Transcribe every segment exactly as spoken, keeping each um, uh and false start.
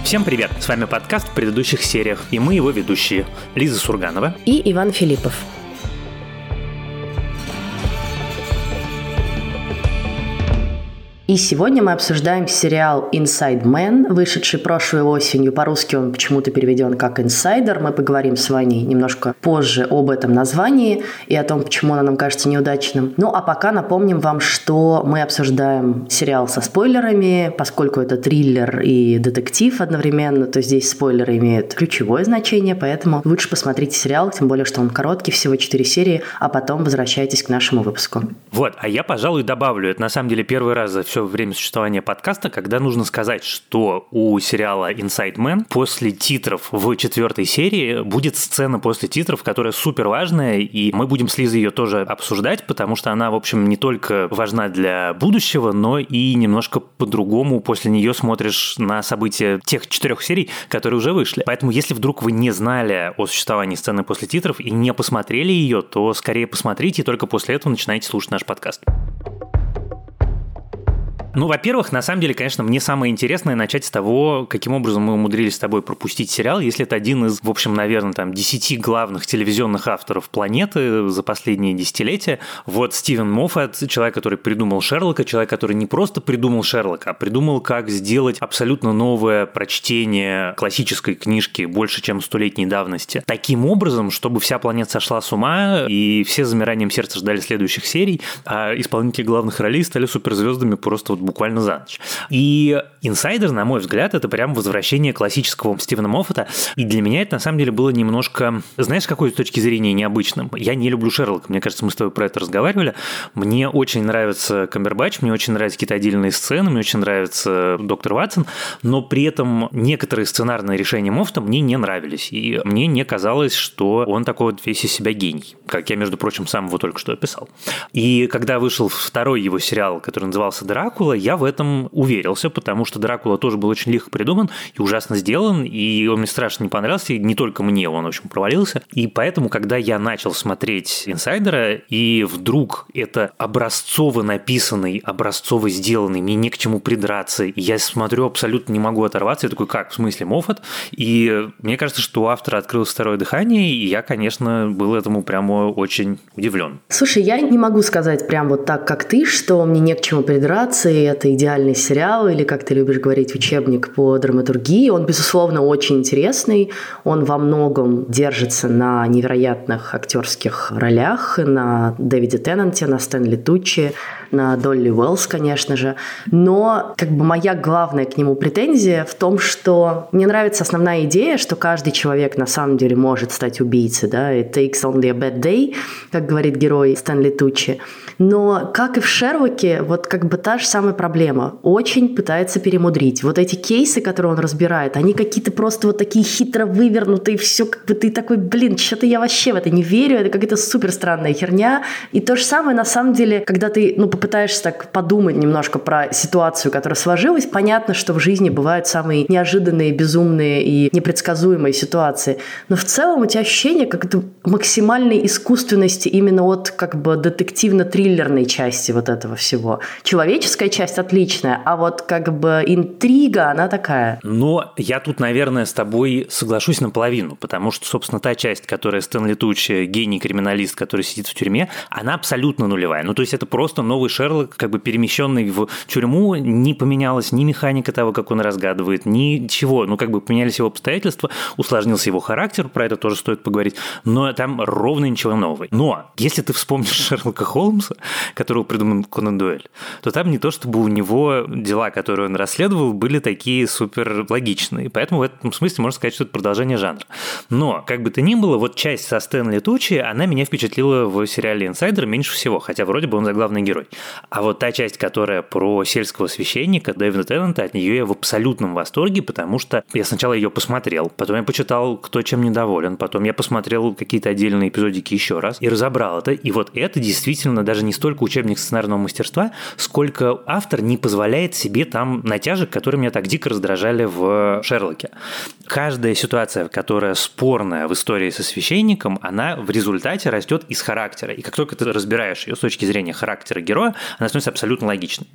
Всем привет! С вами подкаст в предыдущих сериях, и мы его ведущие Лиза Сурганова и Иван Филиппов. И сегодня мы обсуждаем сериал Inside Man, вышедший прошлой осенью. По-русски он почему-то переведен как «Инсайдер». Мы поговорим с Ваней немножко позже об этом названии и о том, почему оно нам кажется неудачным. Ну, а пока напомним вам, что мы обсуждаем сериал со спойлерами, поскольку это триллер и детектив одновременно, то здесь спойлеры имеют ключевое значение, поэтому лучше посмотрите сериал, тем более, что он короткий, всего четыре серии, а потом возвращайтесь к нашему выпуску. Вот, а я, пожалуй, добавлю, это на самом деле первый раз за все время существования подкаста, когда нужно сказать, что у сериала Inside Man после титров в четвертой серии будет сцена после титров, которая супер важная, и мы будем с Лизой ее тоже обсуждать, потому что она, в общем, не только важна для будущего, но и немножко по-другому после нее смотришь на события тех четырех серий, которые уже вышли. Поэтому, если вдруг вы не знали о существовании сцены после титров и не посмотрели ее, то скорее посмотрите, и только после этого начинайте слушать наш подкаст. Ну, во-первых, на самом деле, конечно, мне самое интересное начать с того, каким образом мы умудрились с тобой пропустить сериал, если это один из, в общем, наверное, там, десяти главных телевизионных авторов планеты за последние десятилетия. Вот Стивен Моффат, человек, который придумал Шерлока, человек, который не просто придумал Шерлока, а придумал, как сделать абсолютно новое прочтение классической книжки больше, чем столетней давности, таким образом, чтобы вся планета сошла с ума, и все с замиранием сердца ждали следующих серий, а исполнители главных ролей стали суперзвездами просто вот буквально за ночь. И «Инсайдер», на мой взгляд, это прям возвращение классического Стивена Моффата. И для меня это, на самом деле, было немножко, знаешь, с какой точки зрения необычным. Я не люблю Шерлока. Мне кажется, мы с тобой про это разговаривали. Мне очень нравится Камбербэтч, мне очень нравятся какие-то отдельные сцены, мне очень нравится доктор Ватсон, но при этом некоторые сценарные решения Моффата мне не нравились. И мне не казалось, что он такой вот весь из себя гений, как я, между прочим, сам его только что описал. И когда вышел второй его сериал, который назывался «Дракула», я в этом уверился, потому что «Дракула» тоже был очень лихо придуман и ужасно сделан, и он мне страшно не понравился, и не только мне он, в общем, провалился. И поэтому, когда я начал смотреть «Инсайдера», и вдруг это образцово написанный, образцово сделанный, мне не к чему придраться, и я смотрю, абсолютно не могу оторваться, я такой, как, в смысле, Моффат? И мне кажется, что у автора открылось второе дыхание, и я, конечно, был этому прямо очень удивлен. Слушай, я не могу сказать прям вот так, как ты, что мне не к чему придраться, и это идеальный сериал, или, как ты любишь говорить, учебник по драматургии. Он, безусловно, очень интересный. Он во многом держится на невероятных актерских ролях, на Дэвиде Теннанте, на Стэнли Туччи, на Долли Уэллс, конечно же. Но как бы моя главная к нему претензия в том, что мне нравится основная идея, что каждый человек на самом деле может стать убийцей. Да? It takes only a bad day, как говорит герой Стэнли Туччи. Но, как и в «Шерлоке», вот как бы та же самая проблема. Очень пытается перемудрить. Вот эти кейсы, которые он разбирает, они какие-то просто вот такие хитро вывернутые, все как бы ты такой, блин, что-то я вообще в это не верю, это какая-то супер странная херня. И то же самое, на самом деле, когда ты, ну, попытаешься так подумать немножко про ситуацию, которая сложилась, понятно, что в жизни бывают самые неожиданные, безумные и непредсказуемые ситуации. Но в целом у тебя ощущение как-то максимальной искусственности именно от как бы детективно-триллерной части вот этого всего. Человеческая часть отличная, а вот как бы интрига, она такая. Но я тут, наверное, с тобой соглашусь наполовину, потому что, собственно, та часть, которая Стэнли Туччи, гений-криминалист, который сидит в тюрьме, она абсолютно нулевая. Ну, то есть это просто новый Шерлок, как бы перемещенный в тюрьму, не поменялась ни механика того, как он разгадывает, ничего. Ну, как бы поменялись его обстоятельства, усложнился его характер, про это тоже стоит поговорить, но там ровно ничего нового. Но если ты вспомнишь Шерлока Холмса, которого придумал Конан Дойль, то там не то, чтобы у него дела, которые он расследовал, были такие супер логичные. Поэтому в этом смысле можно сказать, что это продолжение жанра. Но, как бы то ни было, вот часть со Стэнли Туччи, она меня впечатлила в сериале «Инсайдер» меньше всего, хотя вроде бы он заглавный герой. А вот та часть, которая про сельского священника Дэвида Теннанта, от нее я в абсолютном восторге, потому что я сначала ее посмотрел, потом я почитал, кто чем недоволен, потом я посмотрел какие-то отдельные эпизодики еще раз и разобрал это. И вот это действительно даже не столько учебник сценарного мастерства, сколько автор не позволяет себе там натяжек, которые меня так дико раздражали в «Шерлоке». Каждая ситуация, которая спорная в истории со священником, она в результате растет из характера. И как только ты разбираешь ее с точки зрения характера героя, она становится абсолютно логичной.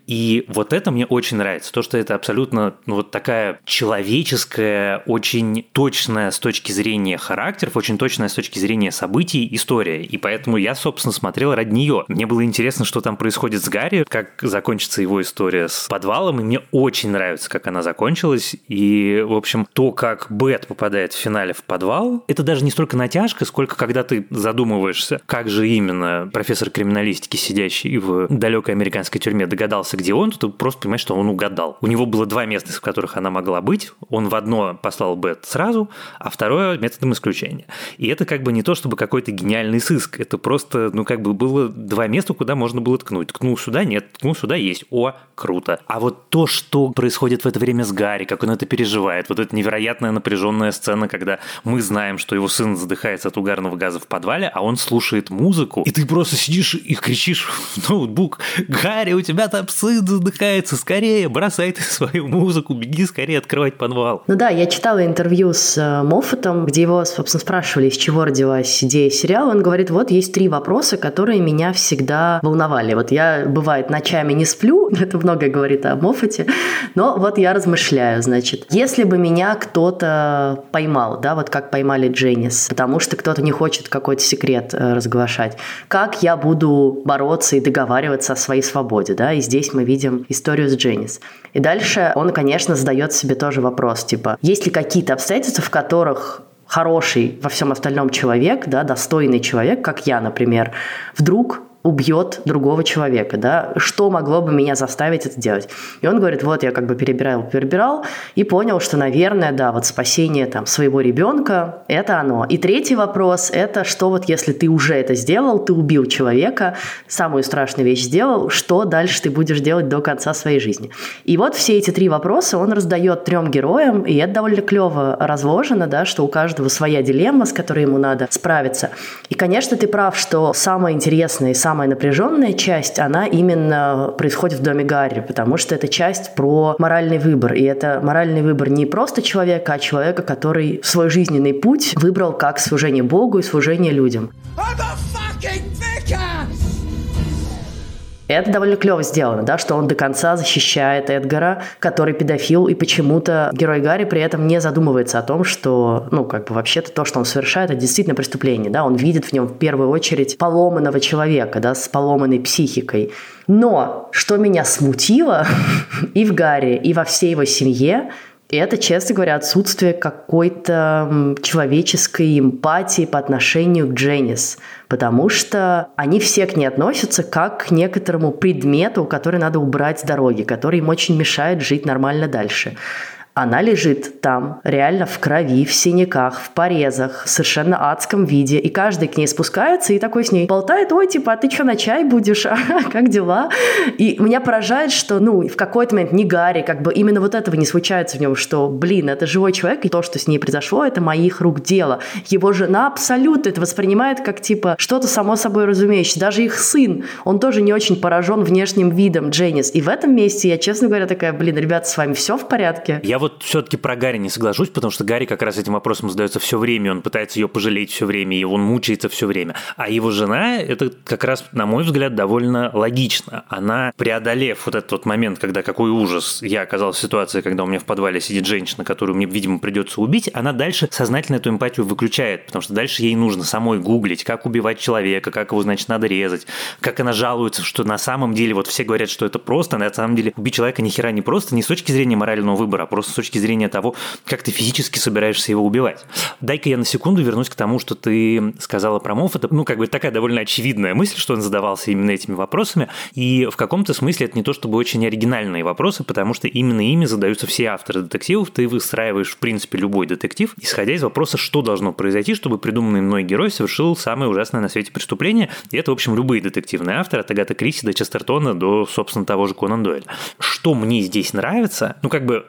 И вот это мне очень нравится, то, что это абсолютно ну, вот такая человеческая, очень точная с точки зрения характеров, очень точная с точки зрения событий история. И поэтому я, собственно, смотрел ради нее. Мне было интересно, что там происходит с Гарри, как закончится его история с подвалом, и мне очень нравится, как она закончилась. И, в общем, то, как Бет попадает в финале в подвал, это даже не столько натяжка, сколько когда ты задумываешься, как же именно профессор криминалистики, сидящий в далекой американской тюрьме, догадался, где он, то ты просто понимаешь, что он угадал. У него было два места, в которых она могла быть. Он в одно послал Бет сразу, а второе методом исключения. И это как бы не то, чтобы какой-то гениальный сыск. Это просто, ну, как бы было два места, куда можно было ткнуть. Ткнул сюда, нет, ткнул сюда, есть. О, круто. А вот то, что происходит в это время с Гарри, как он это переживает, вот эта невероятная напряженная сцена, когда мы знаем, что его сын задыхается от угарного газа в подвале, а он слушает музыку, и ты просто сидишь и кричишь в ноутбук: «Гарри, у тебя там сын задыхается, скорее, бросай ты свою музыку, беги скорее открывать подвал». Ну да, я читала интервью с Моффатом, где его, собственно, спрашивали, из чего родилась идея сериала. Он говорит, вот есть три вопроса, которые меня всегда волновали. Вот я, бывает, ночами не сплю, это многое говорит о Моффате, но вот я размышляю, значит, если бы меня кто-то поймал, да, вот как поймали Дженнис, потому что кто-то не хочет какой-то секрет разглашать, как я буду бороться и договариваться о своей свободе, да, и здесь мы видим историю с Дженнис. И дальше он, конечно, задает себе тоже вопрос, типа, есть ли какие-то обстоятельства, в которых хороший во всем остальном человек, да, достойный человек, как я, например, вдруг убьет другого человека, да, что могло бы меня заставить это делать. И он говорит, вот я как бы перебирал, перебирал и понял, что, наверное, да, вот спасение там своего ребенка – это оно. И третий вопрос – это что вот если ты уже это сделал, ты убил человека, самую страшную вещь сделал, что дальше ты будешь делать до конца своей жизни. И вот все эти три вопроса он раздает трем героям, и это довольно клево разложено, да, что у каждого своя дилемма, с которой ему надо справиться. И, конечно, ты прав, что самое интересное и самое Самая напряженная часть, она именно происходит в доме Гарри, потому что это часть про моральный выбор. И это моральный выбор не просто человека, а человека, который свой жизненный путь выбрал как служение Богу и служение людям. Это довольно клево сделано, да, что он до конца защищает Эдгара, который педофил, и почему-то герой Гарри при этом не задумывается о том, что, ну, как бы вообще-то то, что он совершает, это действительно преступление, да, он видит в нем в первую очередь поломанного человека, да, с поломанной психикой. Но что меня смутило и в Гарри, и во всей его семье, и это, честно говоря, отсутствие какой-то человеческой эмпатии по отношению к Дженнис, потому что они все к ней относятся как к некоторому предмету, который надо убрать с дороги, который им очень мешает жить нормально дальше. Она лежит там, реально в крови, в синяках, в порезах, в совершенно адском виде. И каждый к ней спускается и такой с ней болтает: ой, типа, а ты что, на чай будешь? А как дела? И меня поражает, что, ну, в какой-то момент не Гарри, как бы именно вот этого не случается в нем, что, блин, это живой человек, и то, что с ней произошло, это моих рук дело. Его жена абсолютно это воспринимает как, типа, что-то само собой разумеющееся. Даже их сын, он тоже не очень поражен внешним видом Дженнис. И в этом месте я, честно говоря, такая, блин, ребята, с вами все в порядке? Я вот все-таки про Гарри не соглашусь, потому что Гарри как раз этим вопросом задается все время, он пытается ее пожалеть все время, и он мучается все время. А его жена, это как раз, на мой взгляд, довольно логично. Она, преодолев вот этот вот момент, когда какой ужас, я оказался в ситуации, когда у меня в подвале сидит женщина, которую мне, видимо, придется убить, она дальше сознательно эту эмпатию выключает, потому что дальше ей нужно самой гуглить, как убивать человека, как его, значит, надо резать, как она жалуется, что на самом деле, вот все говорят, что это просто, на самом деле убить человека ни хера не просто, не с точки зрения морального выбора, а просто с точки зрения того, как ты физически собираешься его убивать. Дай-ка я на секунду вернусь к тому, что ты сказала про Моффата. Ну, как бы такая довольно очевидная мысль, что он задавался именно этими вопросами, и в каком-то смысле это не то чтобы очень оригинальные вопросы, потому что именно ими задаются все авторы детективов. Ты выстраиваешь, в принципе, любой детектив, исходя из вопроса, что должно произойти, чтобы придуманный мной герой совершил самое ужасное на свете преступление. И это, в общем, любые детективные авторы, от Агаты Кристи до Честертона, до, собственно, того же Конан Дойля. Что мне здесь нравится? Ну, как бы я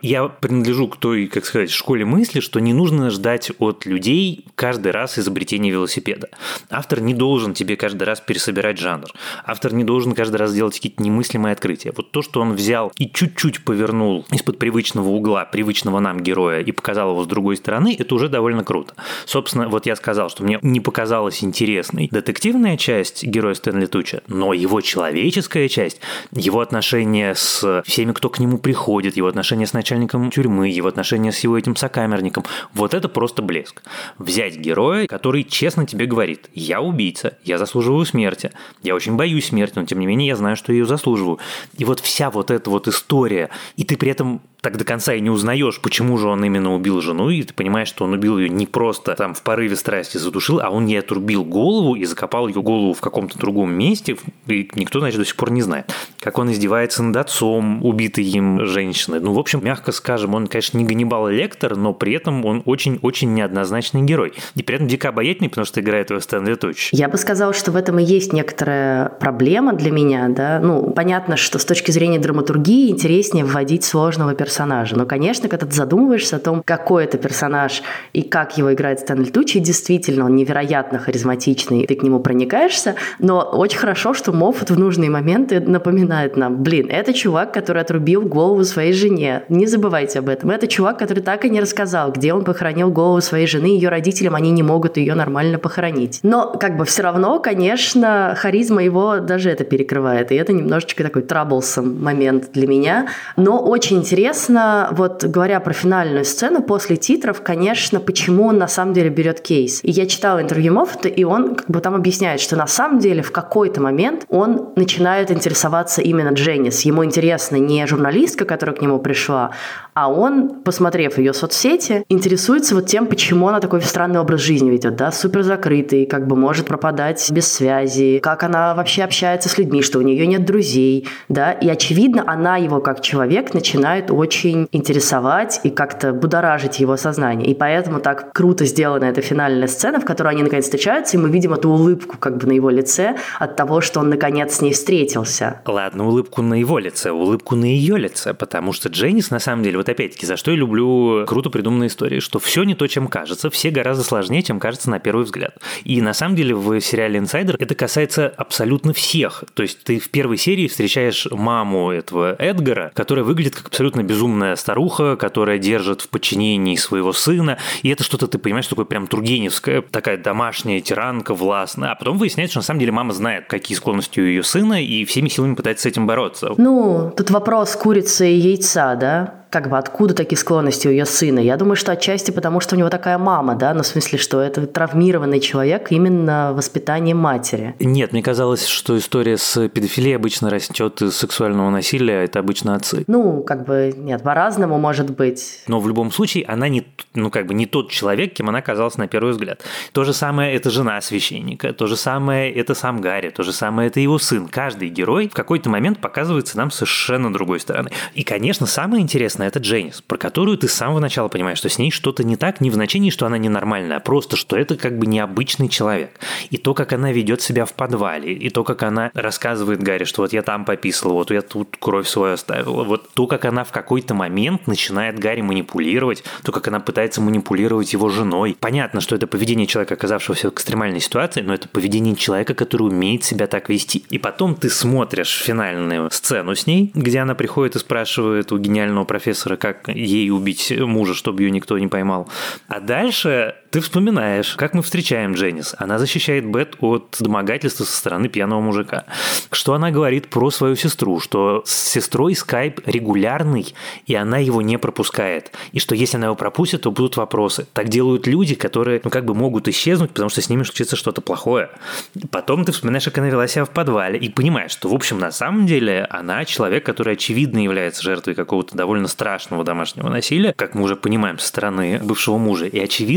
принадлежу к той, как сказать, школе мысли, что не нужно ждать от людей каждый раз изобретения велосипеда. Автор не должен тебе каждый раз пересобирать жанр. Автор не должен каждый раз делать какие-то немыслимые открытия. Вот то, что он взял и чуть-чуть повернул из-под привычного угла, привычного нам героя и показал его с другой стороны, это уже довольно круто. Собственно, вот я сказал, что мне не показалась интересной детективная часть героя Стэнли Туча, но его человеческая часть, его отношения с всеми, кто к нему приходит, его отношения с начальником тюрьмы, его отношения с его этим сокамерником, вот это просто блеск. Взять героя, который честно тебе говорит: я убийца, я заслуживаю смерти, я очень боюсь смерти, но тем не менее я знаю, что я ее заслуживаю. И вот вся вот эта вот история, и ты при этом так до конца и не узнаешь, почему же он именно убил жену, и ты понимаешь, что он убил ее не просто там в порыве страсти задушил, а он ей отрубил голову и закопал ее голову в каком-то другом месте, и никто, значит, до сих пор не знает. Как он издевается над отцом убитой им женщины. Ну, в общем, мягко скажем, он, конечно, не Ганнибал Лектор, но при этом он очень-очень неоднозначный герой. И при этом дико обаятельный, потому что играет его Стэнли Туч. Я бы сказала, что в этом и есть некоторая проблема для меня, да. Ну, понятно, что с точки зрения драматургии интереснее вводить сложного персонажа. персонажа. Но, конечно, когда ты задумываешься о том, какой это персонаж и как его играет Стэнли Тучи, действительно, он невероятно харизматичный, ты к нему проникаешься, но очень хорошо, что Моффат в нужные моменты напоминает нам: блин, это чувак, который отрубил голову своей жене, не забывайте об этом. Это чувак, который так и не рассказал, где он похоронил голову своей жены, ее родителям, они не могут ее нормально похоронить. Но, как бы, все равно, конечно, харизма его даже это перекрывает, и это немножечко такой troublesome момент для меня, но очень интересно. Вот говоря про финальную сцену, после титров, конечно, почему он на самом деле берет кейс. И я читала интервью Моффата, и он как бы там объясняет, что на самом деле в какой-то момент он начинает интересоваться именно Дженнис. Ему интересна не журналистка, которая к нему пришла, а он, посмотрев ее соцсети, интересуется вот тем, почему она такой странный образ жизни ведет, да, супер закрытый, как бы может пропадать без связи, как она вообще общается с людьми, что у нее нет друзей, да, и очевидно, она его как человек начинает очень очень интересовать и как-то будоражить его сознание. И поэтому так круто сделана эта финальная сцена, в которой они наконец встречаются, и мы видим эту улыбку как бы на его лице от того, что он наконец с ней встретился. Ладно, улыбку на его лице, улыбку на ее лице, потому что Дженнис, на самом деле, вот опять-таки, за что я люблю круто придуманные истории, что все не то, чем кажется, все гораздо сложнее, чем кажется на первый взгляд. И на самом деле в сериале «Инсайдер» это касается абсолютно всех. То есть ты в первой серии встречаешь маму этого Эдгара, которая выглядит как абсолютно безумная старуха, которая держит в подчинении своего сына, и это что-то, ты понимаешь, такое прям тургеневская, такая домашняя тиранка, властная, а потом выясняется, что на самом деле мама знает, какие склонности у ее сына, и всеми силами пытается с этим бороться. Ну, тут вопрос курицы и яйца, да? Как бы откуда такие склонности у ее сына? Я думаю, что отчасти потому, что у него такая мама, да, ну, в смысле, что это травмированный человек именно воспитанием матери. Нет, мне казалось, что история с педофилией обычно растет из сексуального насилия, это обычно отцы. Ну, как бы, нет, по-разному может быть. Но в любом случае она не, ну, как бы не тот человек, кем она казалась на первый взгляд. То же самое это жена священника, то же самое это сам Гарри, то же самое это его сын. Каждый герой в какой-то момент показывается нам совершенно другой стороны. И, конечно, самое интересное это Дженнис, про которую ты с самого начала понимаешь, что с ней что-то не так, не в значении, что она ненормальная, а просто, что это как бы необычный человек. И то, как она ведет себя в подвале, и то, как она рассказывает Гарри, что вот я там пописала, вот я тут кровь свою оставила, вот то, как она в какой-то момент начинает Гарри манипулировать, то, как она пытается манипулировать его женой. Понятно, что это поведение человека, оказавшегося в экстремальной ситуации, но это поведение человека, который умеет себя так вести. И потом ты смотришь финальную сцену с ней, где она приходит и спрашивает у гениального профессора, как ей убить мужа, чтобы ее никто не поймал. А дальше ты вспоминаешь, как мы встречаем Дженнис. Она защищает Бет от домогательства со стороны пьяного мужика. Что она говорит про свою сестру, что с сестрой скайп регулярный, и она его не пропускает. И что если она его пропустит, то будут вопросы. Так делают люди, которые, ну, как бы могут исчезнуть, потому что с ними случится что-то плохое. Потом ты вспоминаешь, как она вела себя в подвале, и понимаешь, что, в общем, на самом деле она человек, который очевидно является жертвой какого-то довольно страшного домашнего насилия, как мы уже понимаем, со стороны бывшего мужа. И очевидно,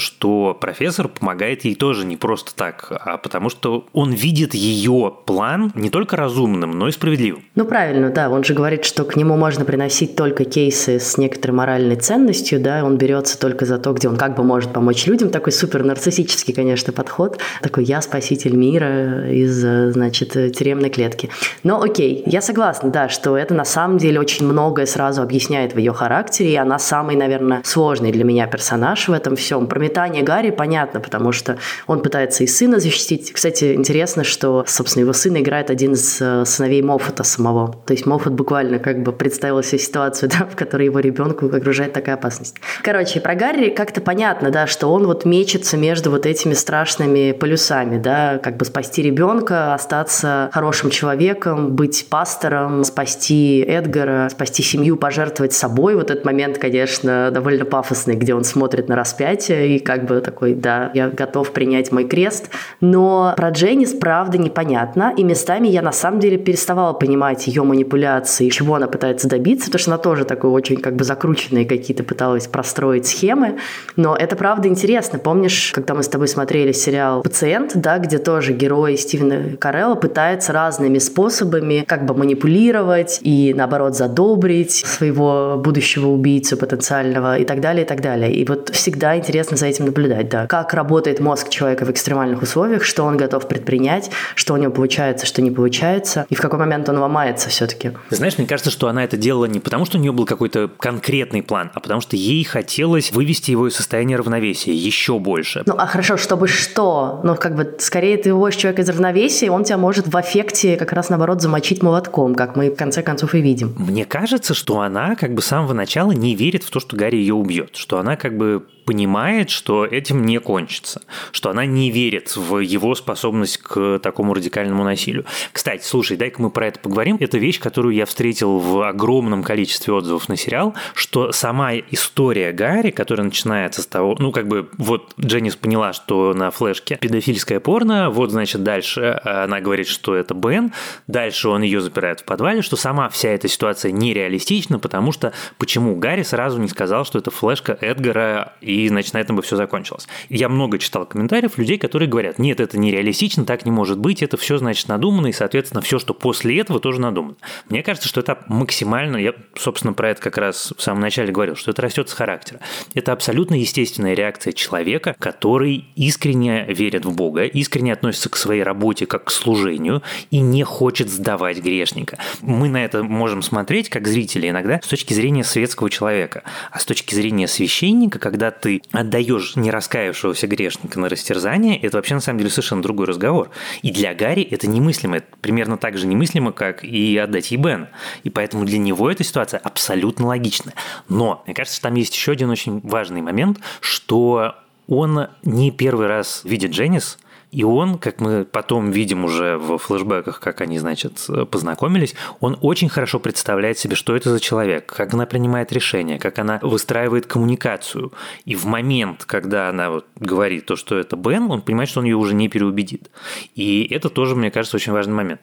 что профессор помогает ей тоже не просто так, а потому что он видит ее план не только разумным, но и справедливым. Ну, правильно, да. Он же говорит, что к нему можно приносить только кейсы с некоторой моральной ценностью, да, он берется только за то, где он как бы может помочь людям. Такой супер нарциссический, конечно, подход. Такой «я спаситель мира» из, значит, тюремной клетки. Но окей, я согласна, да, что это на самом деле очень многое сразу объясняет в ее характере, и она самый, наверное, сложный для меня персонаж в этом всем. Про метание Гарри понятно, потому что он пытается и сына защитить. Кстати, интересно, что, собственно, его сына играет один из сыновей Моффата самого. То есть Моффат буквально как бы представил себе ситуацию, да, в которой его ребенку окружает такая опасность. Короче, про Гарри как-то понятно, да, что он вот мечется между вот этими страшными полюсами, да, как бы спасти ребенка, остаться хорошим человеком, быть пастором, спасти Эдгара, спасти семью, пожертвовать собой. Вот этот момент, конечно, довольно пафосный, где он смотрит на распятие и как бы такой, да, я готов принять мой крест. Но про Дженнис, правда, непонятно, и местами я на самом деле переставала понимать ее манипуляции, чего она пытается добиться, потому что она тоже такой очень как бы закрученные какие-то пыталась простроить схемы. Но это правда интересно. Помнишь, когда мы с тобой смотрели сериал «Пациент», да, где тоже герой Стивена Карелла пытается разными способами как бы манипулировать и, наоборот, задобрить своего будущего убийцу потенциального и так далее, и так далее. И вот всегда интересно за этим наблюдать, да. Как работает мозг человека в экстремальных условиях, что он готов предпринять, что у него получается, что не получается, и в какой момент он ломается все-таки. Ты знаешь, мне кажется, что она это делала не потому, что у нее был какой-то конкретный план, а потому что ей хотелось вывести его из состояния равновесия еще больше. Ну, а хорошо, чтобы что? Ну, как бы, скорее ты выводишь человека из равновесия, он тебя может в аффекте как раз, наоборот, замочить молотком, как мы в конце концов и видим. Мне кажется, что она как бы с самого начала не верит в то, что Гарри ее убьет, что она как бы понимает, что этим не кончится, что она не верит в его способность к такому радикальному насилию. Кстати, слушай, дай-ка мы про это поговорим. Это вещь, которую я встретил в огромном количестве отзывов на сериал, что сама история Гарри, которая начинается с того, ну, как бы, вот Дженнис поняла, что на флешке педофильское порно, вот, значит, дальше она говорит, что это Бен, дальше он ее запирает в подвале, что сама вся эта ситуация нереалистична, потому что почему Гарри сразу не сказал, что это флешка Эдгара, и, значит, на этом бы все закончилось. Я много читал комментариев людей, которые говорят, нет, это нереалистично, так не может быть, это все, значит, надумано, и, соответственно, все, что после этого, тоже надумано. Мне кажется, что это максимально, я, собственно, про это как раз в самом начале говорил, что это растет с характера. Это абсолютно естественная реакция человека, который искренне верит в Бога, искренне относится к своей работе как к служению и не хочет сдавать грешника. Мы на это можем смотреть, как зрители, иногда с точки зрения светского человека, а с точки зрения священника, когда ты отдаешь нераскаявшегося грешника на растерзание, это вообще на самом деле совершенно другой разговор. И для Гарри это немыслимо, это примерно так же немыслимо, как и отдать ей Бена. И поэтому для него эта ситуация абсолютно логичная. Но, мне кажется, там есть еще один очень важный момент, что он не первый раз видит Дженнис, и он, как мы потом видим уже в флешбеках, как они, значит, познакомились, он очень хорошо представляет себе, что это за человек, как она принимает решения, как она выстраивает коммуникацию. И в момент, когда она вот говорит то, что это Бен, он понимает, что он ее уже не переубедит. И это тоже, мне кажется, очень важный момент.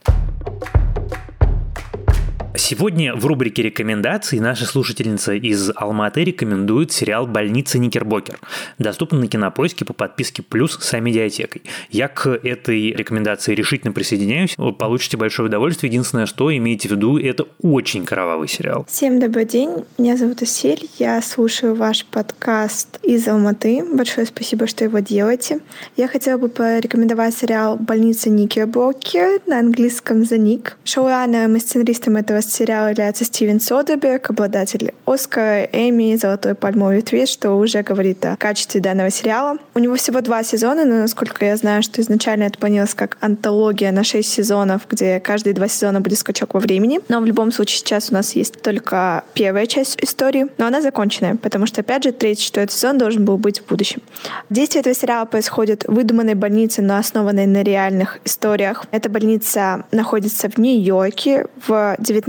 Сегодня в рубрике рекомендаций наша слушательница из Алматы рекомендует сериал «Больница Никербокер». Доступен на Кинопоиске по подписке «Плюс» с медиатекой. Я к этой рекомендации решительно присоединяюсь. Вы получите большое удовольствие. Единственное, что имейте в виду, это очень кровавый сериал. Всем добрый день. Меня зовут Асель. Я слушаю ваш подкаст из Алматы. Большое спасибо, что его делаете. Я хотела бы порекомендовать сериал «Больница Никербокер», на английском «The Nick». Шоураннером и сценаристом этого сериала является Стивен Содерберг, обладатель Оскара, Эмми, Золотой пальмовой ветви, что уже говорит о качестве данного сериала. У него всего два сезона, но, насколько я знаю, что изначально это планировалось как антология на шесть сезонов, где каждые два сезона будет скачок во времени. Но в любом случае сейчас у нас есть только первая часть истории, но она законченная, потому что, опять же, третий, четвертый сезон должен был быть в будущем. Действие этого сериала происходит в выдуманной больнице, но основанной на реальных историях. Эта больница находится в Нью-Йорке в девятнадцатом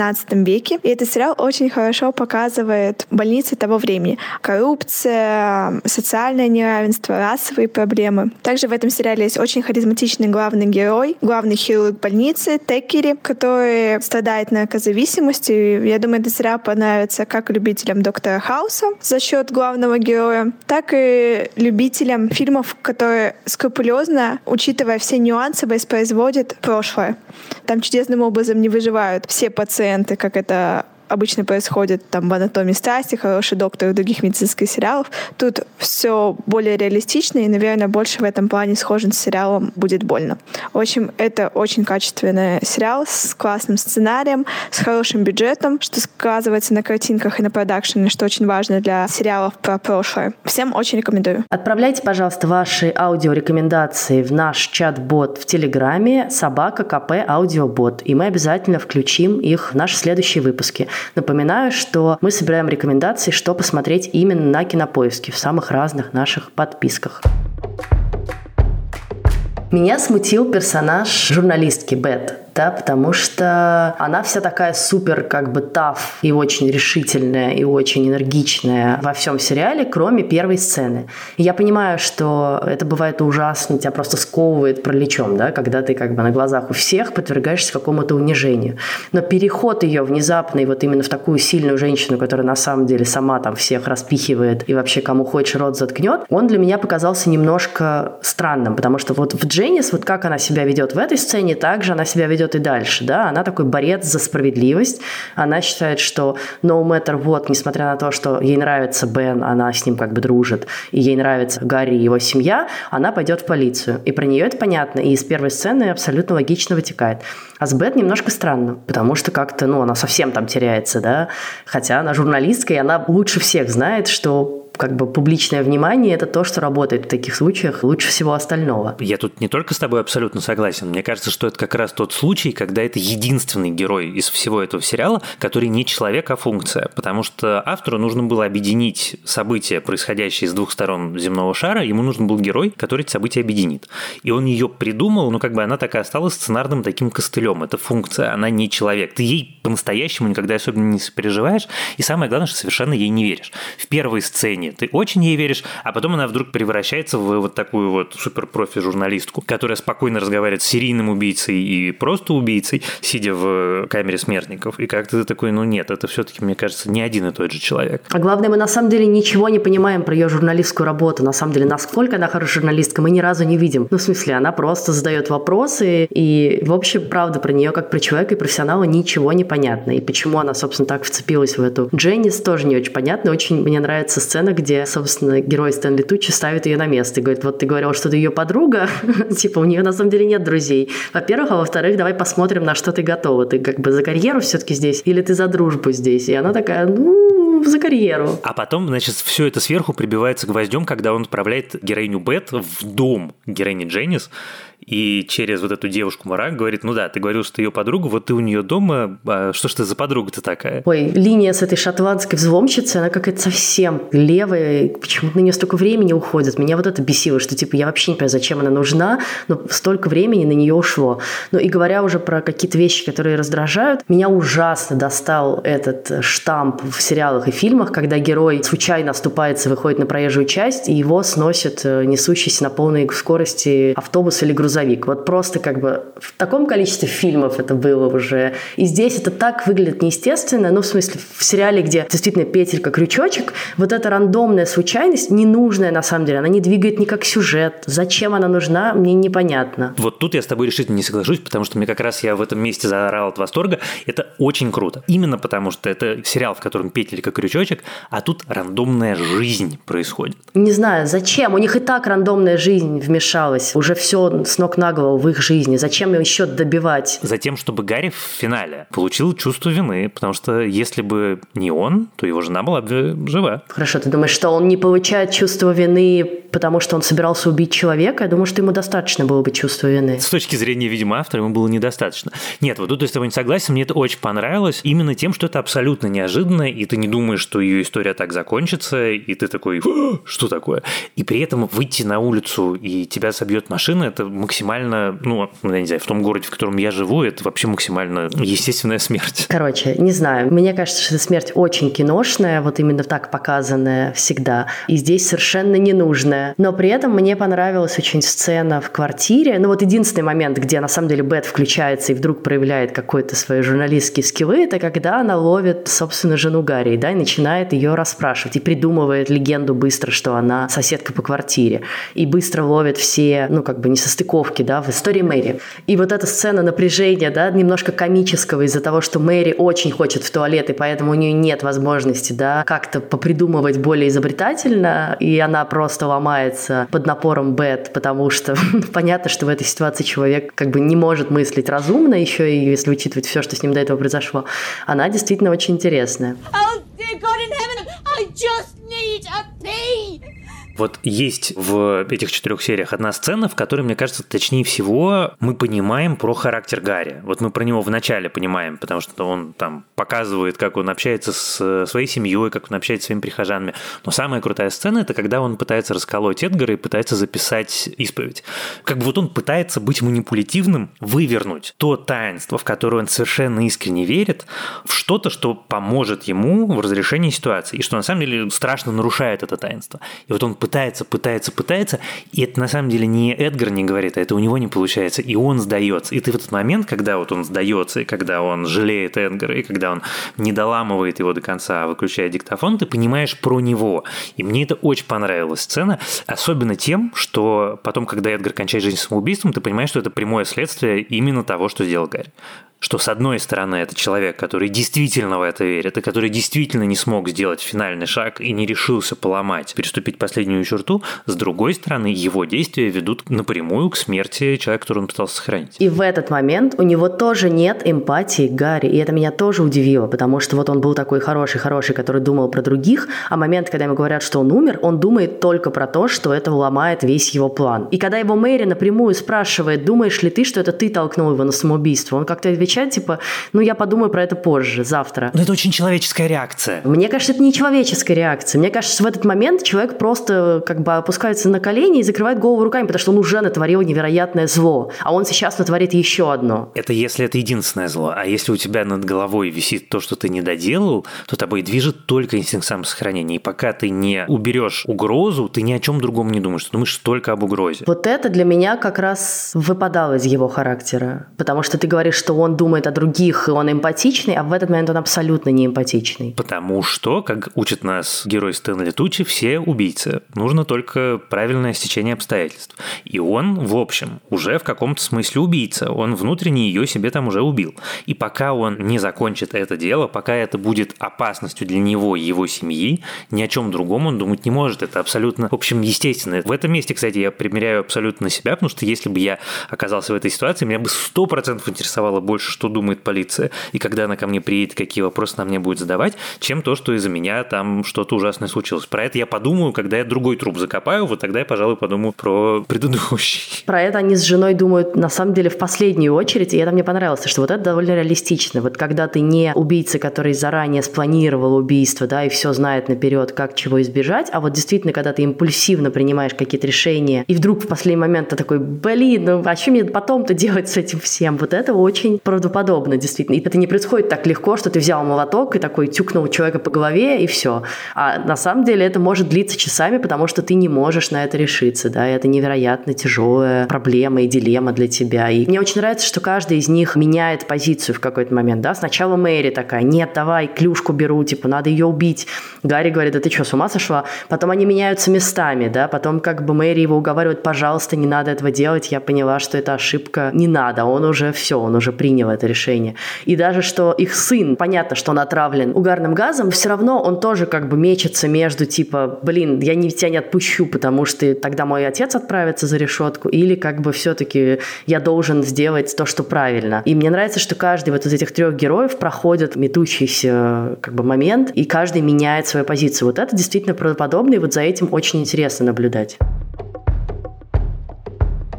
девятнадцатом веке. И этот сериал очень хорошо показывает больницы того времени. Коррупция, социальное неравенство, расовые проблемы. Также в этом сериале есть очень харизматичный главный герой, главный хирург больницы Теккери, который страдает наркозависимостью. Я думаю, этот сериал понравится как любителям Доктора Хауса за счет главного героя, так и любителям фильмов, которые скрупулезно, учитывая все нюансы, воспроизводят прошлое. Там чудесным образом не выживают все пациенты, как это обычно происходит там в «Анатомии страсти», «Хороший доктор» и других медицинских сериалов. Тут все более реалистично, и, наверное, больше в этом плане схожим с сериалом «Будет больно». В общем, это очень качественный сериал с классным сценарием, с хорошим бюджетом, что сказывается на картинках и на продакшене, что очень важно для сериалов про прошлое. Всем очень рекомендую. Отправляйте, пожалуйста, ваши аудиорекомендации в наш чат-бот в Телеграме собака ка пэ аудиобот, и мы обязательно включим их в наши следующие выпуски. Напоминаю, что мы собираем рекомендации, что посмотреть именно на Кинопоиске в самых разных наших подписках. Меня смутил персонаж журналистки Бет, да, потому что она вся такая супер как бы таф и очень решительная и очень энергичная во всем сериале, кроме первой сцены. И я понимаю, что это бывает ужасно, тебя просто сковывает параличом, да, когда ты как бы на глазах у всех подвергаешься какому-то унижению. Но переход ее внезапный вот именно в такую сильную женщину, которая на самом деле сама там всех распихивает и вообще кому хочешь рот заткнет, он для меня показался немножко странным, потому что вот в Дженнис, вот как она себя ведет в этой сцене, так же она себя ведет и дальше, да, она такой борец за справедливость, она считает, что no matter what, несмотря на то, что ей нравится Бен, она с ним как бы дружит, и ей нравится Гарри и его семья, она пойдет в полицию, и про нее это понятно, и из первой сцены абсолютно логично вытекает. А с Бет немножко странно, потому что как-то, ну, она совсем там теряется, да, хотя она журналистка, и она лучше всех знает, что как бы публичное внимание – это то, что работает в таких случаях лучше всего остального. Я тут не только с тобой абсолютно согласен. Мне кажется, что это как раз тот случай, когда это единственный герой из всего этого сериала, который не человек, а функция. Потому что автору нужно было объединить события, происходящие с двух сторон земного шара. Ему нужен был герой, который эти события объединит. И он ее придумал, но как бы она так и осталась сценарным таким костылем. Это функция, она не человек. Ты ей по-настоящему никогда особенно не сопереживаешь. И самое главное, что совершенно ей не веришь. В первой сцене ты очень ей веришь, а потом она вдруг превращается в вот такую вот суперпрофи-журналистку, которая спокойно разговаривает с серийным убийцей и просто убийцей, сидя в камере смертников. И как-то ты такой, ну нет, это все-таки, мне кажется, не один и тот же человек. А главное, мы на самом деле ничего не понимаем про ее журналистскую работу. На самом деле, насколько она хорошая журналистка, мы ни разу не видим. Ну, в смысле, она просто задает вопросы, и, в общем, правда, про нее, как про человека и профессионала, ничего не понятно. И почему она, собственно, так вцепилась в эту Дженнис, тоже не очень понятно. Очень мне нравится сцена, где, собственно, герой Стэнли Туччи ставит ее на место и говорит, вот ты говорил, что ты ее подруга, типа у нее на самом деле нет друзей. Во-первых, а во-вторых, давай посмотрим, на что ты готова. Ты как бы за карьеру все-таки здесь или ты за дружбу здесь? И она такая, ну, за карьеру. А потом, значит, все это сверху прибивается гвоздем, когда он отправляет героиню Бет в дом героини Дженнис, и через вот эту девушку Марак говорит, ну да, ты говорил, что ты ее подруга, вот ты у нее дома, а что ж ты за подруга-то такая? Ой, линия с этой шотландской взломщицей, она какая-то совсем левая, почему-то на нее столько времени уходит. Меня вот это бесило, что типа я вообще не понимаю, зачем она нужна, но столько времени на нее ушло. Ну и говоря уже про какие-то вещи, которые раздражают, меня ужасно достал этот штамп в сериалах и фильмах, когда герой случайно оступается, выходит на проезжую часть, и его сносит несущийся на полной скорости автобус или грузовик. Вот просто как бы в таком количестве фильмов это было уже. И здесь это так выглядит неестественно. Ну, в смысле, в сериале, где действительно петелька, крючочек, вот эта рандомная случайность, ненужная на самом деле, она не двигает никак сюжет. Зачем она нужна, мне непонятно. Вот тут я с тобой решительно не соглашусь, потому что мне как раз я в этом месте заорал от восторга. Это очень круто. Именно потому, что это сериал, в котором петелька, крючочек, а тут рандомная жизнь происходит. Не знаю, зачем? У них и так рандомная жизнь вмешалась. Уже все с ног на голову в их жизни. Зачем им еще добивать? Затем, чтобы Гарри в финале получил чувство вины, потому что если бы не он, то его жена была бы жива. Хорошо, ты думаешь, что он не получает чувство вины потому что он собирался убить человека, я думаю, что ему достаточно было бы чувства вины. С точки зрения, видимо, автора ему было недостаточно. Нет, вот тут я с тобой не согласен, мне это очень понравилось именно тем, что это абсолютно неожиданно, и ты не думаешь, что ее история так закончится, и ты такой, что такое? И при этом выйти на улицу, и тебя собьет машина, это максимально, ну, я не знаю, в том городе, в котором я живу, это вообще максимально естественная смерть. Короче, не знаю, мне кажется, что эта смерть очень киношная, вот именно так показанная всегда, и здесь совершенно ненужная. Но при этом мне понравилась очень сцена в квартире, ну вот единственный момент, где на самом деле Бет включается и вдруг проявляет какой-то свои журналистские скиллы, это когда она ловит, собственно, жену Гарри, да, и начинает ее расспрашивать, и придумывает легенду быстро, что она соседка по квартире, и быстро ловит все, ну, как бы несостыковки, да, в истории Мэри. И вот эта сцена напряжения, да, немножко комического из-за того, что Мэри очень хочет в туалет, и поэтому у нее нет возможности, да, как-то попридумывать более изобретательно, и она просто ломается под напором Бет, потому что понятно, что в этой ситуации человек как бы не может мыслить разумно, еще и если учитывать все, что с ним до этого произошло. Она действительно очень интересная. Oh, dear God in heaven, I just need a pee. Вот есть в этих четырех сериях одна сцена, в которой, мне кажется, точнее всего мы понимаем про характер Гарри. Вот мы про него вначале понимаем, потому что он там показывает, как он общается с своей семьей, как он общается с своими прихожанами. Но самая крутая сцена – это когда он пытается расколоть Эдгара и пытается записать исповедь. Как бы вот он пытается быть манипулятивным, вывернуть то таинство, в которое он совершенно искренне верит, в что-то, что поможет ему в разрешении ситуации, и что на самом деле страшно нарушает это таинство. И вот он пытается, пытается, пытается, и это на самом деле не Эдгар не говорит, а это у него не получается, и он сдается. И ты в этот момент, когда вот он сдается, и когда он жалеет Эдгара, и когда он не доламывает его до конца, выключая диктофон, ты понимаешь про него. И мне это очень понравилась сцена, особенно тем, что потом, когда Эдгар кончает жизнь самоубийством, ты понимаешь, что это прямое следствие именно того, что сделал Гарри. Что, с одной стороны, это человек, который действительно в это верит, и который действительно не смог сделать финальный шаг и не решился поломать, переступить последнюю черту, с другой стороны, его действия ведут напрямую к смерти человека, которого он пытался сохранить. И в этот момент у него тоже нет эмпатии к Гарри, и это меня тоже удивило, потому что вот он был такой хороший-хороший, который думал про других, а момент, когда ему говорят, что он умер, он думает только про то, что это ломает весь его план. И когда его Мэри напрямую спрашивает, думаешь ли ты, что это ты толкнул его на самоубийство, он как-то отвечает, типа, ну, я подумаю про это позже, завтра. Но это очень человеческая реакция. Мне кажется, это не человеческая реакция. Мне кажется, в этот момент человек просто как бы опускается на колени и закрывает голову руками, потому что он уже натворил невероятное зло, а он сейчас натворит еще одно. Это если это единственное зло. А если у тебя над головой висит то, что ты не доделал, то тобой движет только инстинкт самосохранения. И пока ты не уберешь угрозу, ты ни о чем другом не думаешь. Ты думаешь только об угрозе. Вот это для меня как раз выпадало из его характера. Потому что ты говоришь, что он думает о других, и он эмпатичный, а в этот момент он абсолютно не эмпатичный. Потому что, как учит нас герой Стэнли Тучи, все убийцы. Нужно только правильное стечение обстоятельств. И он, в общем, уже в каком-то смысле убийца. Он внутренне ее себе там уже убил. И пока он не закончит это дело, пока это будет опасностью для него и его семьи, ни о чем другом он думать не может. Это абсолютно, в общем, естественно. В этом месте, кстати, я примеряю абсолютно на себя, потому что если бы я оказался в этой ситуации, меня бы сто процентов интересовало больше, что думает полиция, и когда она ко мне приедет, какие вопросы она мне будет задавать, чем то, что из-за меня там что-то ужасное случилось. Про это я подумаю, когда я другой труп закопаю, вот тогда я, пожалуй, подумаю про предыдущий. Про это они с женой думают, на самом деле, в последнюю очередь, и это мне понравилось, что вот это довольно реалистично. Вот когда ты не убийца, который заранее спланировал убийство, да, и все знает наперед, как чего избежать, а вот действительно, когда ты импульсивно принимаешь какие-то решения, и вдруг в последний момент ты такой, блин, ну а что мне потом-то делать с этим всем? Вот это очень правдоподобно, действительно. И это не происходит так легко, что ты взял молоток и такой тюкнул человека по голове, и все. А на самом деле это может длиться часами, потому что ты не можешь на это решиться, да, и это невероятно тяжелая проблема и дилемма для тебя. И мне очень нравится, что каждый из них меняет позицию в какой-то момент, да. Сначала Мэри такая, нет, давай, клюшку беру, типа, надо ее убить. Гарри говорит, да ты что, с ума сошла? Потом они меняются местами, да, потом как бы Мэри его уговаривает, пожалуйста, не надо этого делать, я поняла, что это ошибка, не надо, он уже все, он уже принял это решение. И даже что их сын, понятно, что он отравлен угарным газом, все равно он тоже как бы мечется между типа, блин, я не, тебя не отпущу, потому что тогда мой отец отправится за решетку, или как бы все-таки я должен сделать то, что правильно. И мне нравится, что каждый вот из этих трех героев проходит метущийся как бы момент, и каждый меняет свою позицию. Вот это действительно правдоподобно, и вот за этим очень интересно наблюдать.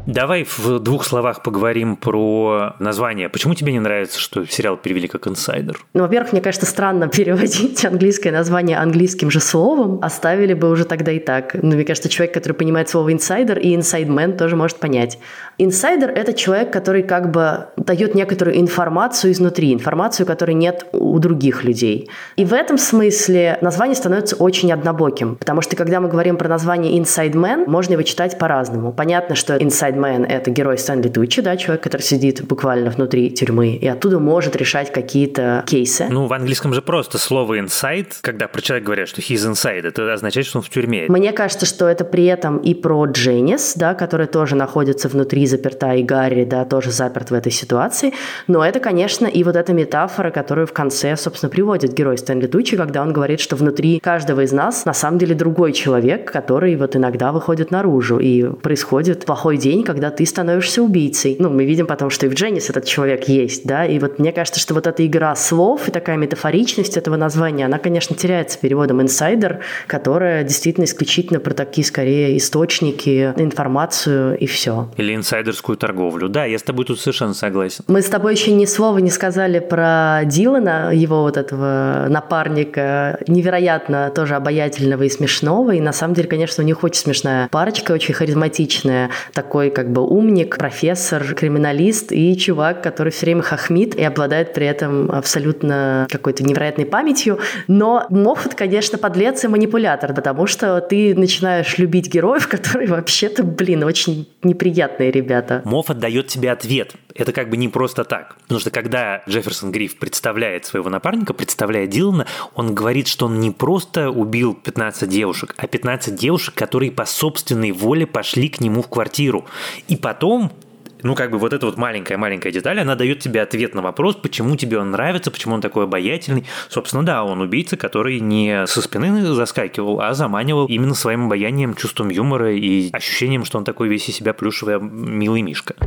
Давай в двух словах поговорим про название. Почему тебе не нравится, что сериал перевели как «Инсайдер»? Ну, во-первых, мне кажется, странно переводить английское название английским же словом. Оставили бы уже тогда и так. Но мне кажется, человек, который понимает слово «инсайдер» и «инсайдмен» тоже может понять. Инсайдер – это человек, который как бы дает некоторую информацию изнутри, информацию, которой нет у других людей. И в этом смысле название становится очень однобоким, потому что когда мы говорим про название «инсайдмен», можно его читать по-разному. Понятно, что «инсайдмен» – это герой Стэнли Туччи, да, человек, который сидит буквально внутри тюрьмы и оттуда может решать какие-то кейсы. Ну, в английском же просто слово «inside», когда про человека говорят, что «he's inside», это означает, что он в тюрьме. Мне кажется, что это при этом и про Дженнис, да, которая тоже находится внутри, заперта, и Гарри, да, тоже заперт в этой ситуации. Но это, конечно, и вот эта метафора, которую в конце, собственно, приводит герой Стэнли Туччи, когда он говорит, что внутри каждого из нас на самом деле другой человек, который вот иногда выходит наружу, и происходит плохой день, когда ты становишься убийцей. Ну, мы видим потом, что и в Дженнис этот человек есть, да, и вот мне кажется, что вот эта игра слов и такая метафоричность этого названия, она, конечно, теряется переводом «инсайдер», которая действительно исключительно про такие, скорее, источники, информацию и все. Или инсайдерскую торговлю. Да, я с тобой тут совершенно согласен. Мы с тобой еще ни слова не сказали про Дилана, его вот этого напарника, невероятно тоже обаятельного и смешного, и на самом деле, конечно, у них очень смешная парочка, очень харизматичная, такой как бы умник, профессор, криминалист и чувак, который все время хохмит и обладает при этом абсолютно какой-то невероятной памятью, но Моффат, конечно, подлец и манипулятор, потому что ты начинаешь любить героев, которые вообще-то, блин, очень неприятные ребята. Моффат дает тебе ответ. Это как бы не просто так. Потому что когда Джефферсон Гриф представляет своего напарника, представляет Дилана, он говорит, что он не просто убил пятнадцать девушек, а пятнадцать девушек, которые по собственной воле пошли к нему в квартиру. И потом... Ну, как бы вот эта вот маленькая-маленькая деталь, она дает тебе ответ на вопрос, почему тебе он нравится, почему он такой обаятельный. Собственно, да, он убийца, который не со спины заскакивал, а заманивал именно своим обаянием, чувством юмора и ощущением, что он такой весь из себя плюшевый, милый мишка.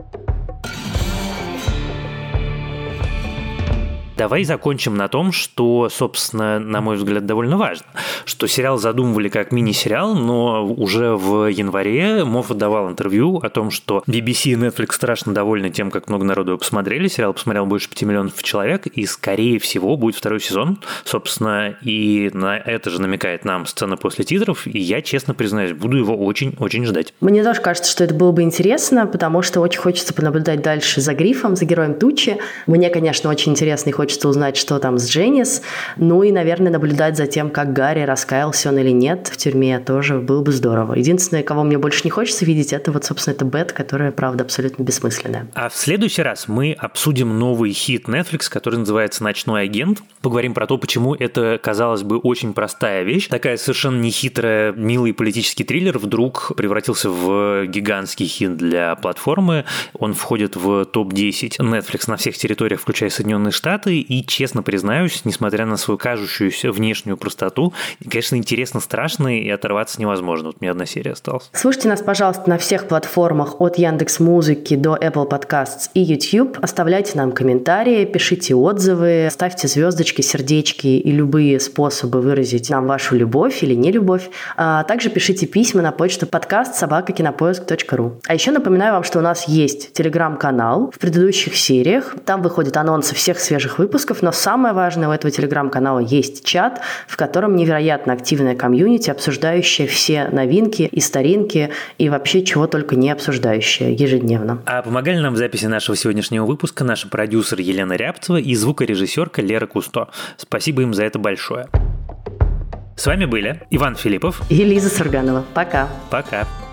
Давай закончим на том, что, собственно, на мой взгляд, довольно важно, что сериал задумывали как мини-сериал, но уже в январе Моффат давал интервью о том, что би би си и Netflix страшно довольны тем, как много народу его посмотрели. Сериал посмотрел больше пяти миллионов человек, и, скорее всего, будет второй сезон, собственно, и на это же намекает нам сцена после титров, и я, честно признаюсь, буду его очень-очень ждать. Мне тоже кажется, что это было бы интересно, потому что очень хочется понаблюдать дальше за Грифом, за героем Туччи. Мне, конечно, очень интересно и хочется Хочется узнать, что там с Дженнис. Ну и, наверное, наблюдать за тем, как Гарри, раскаялся он или нет в тюрьме, тоже было бы здорово. Единственное, кого мне больше не хочется видеть, это вот, собственно, это Бет, которая, правда, абсолютно бессмысленная. А в следующий раз мы обсудим новый хит Netflix, который называется «Ночной агент». Поговорим про то, почему это, казалось бы, очень простая вещь. Такая совершенно нехитрая, милый политический триллер вдруг превратился в гигантский хит для платформы. Он входит в топ десять Netflix на всех территориях, включая Соединенные Штаты. И, честно признаюсь, несмотря на свою кажущуюся внешнюю простоту, конечно, интересно, страшно, и оторваться невозможно. Вот у меня одна серия осталась. Слушайте нас, пожалуйста, на всех платформах от Яндекс.Музыки до Apple Podcasts и YouTube. Оставляйте нам комментарии, пишите отзывы, ставьте звездочки, сердечки и любые способы выразить нам вашу любовь или нелюбовь. А также пишите письма на почту подкаст собака кинопоиск точка ру. А еще напоминаю вам, что у нас есть телеграм-канал в предыдущих сериях. Там выходят анонсы всех свежих выпусков. выпусков, но самое важное, у этого телеграм-канала есть чат, в котором невероятно активная комьюнити, обсуждающая все новинки и старинки, и вообще чего только не обсуждающая ежедневно. А помогали нам в записи нашего сегодняшнего выпуска наша продюсер Елена Рябцева и звукорежиссерка Лера Кусто. Спасибо им за это большое. С вами были Иван Филиппов и Лиза Сурганова. Пока. Пока.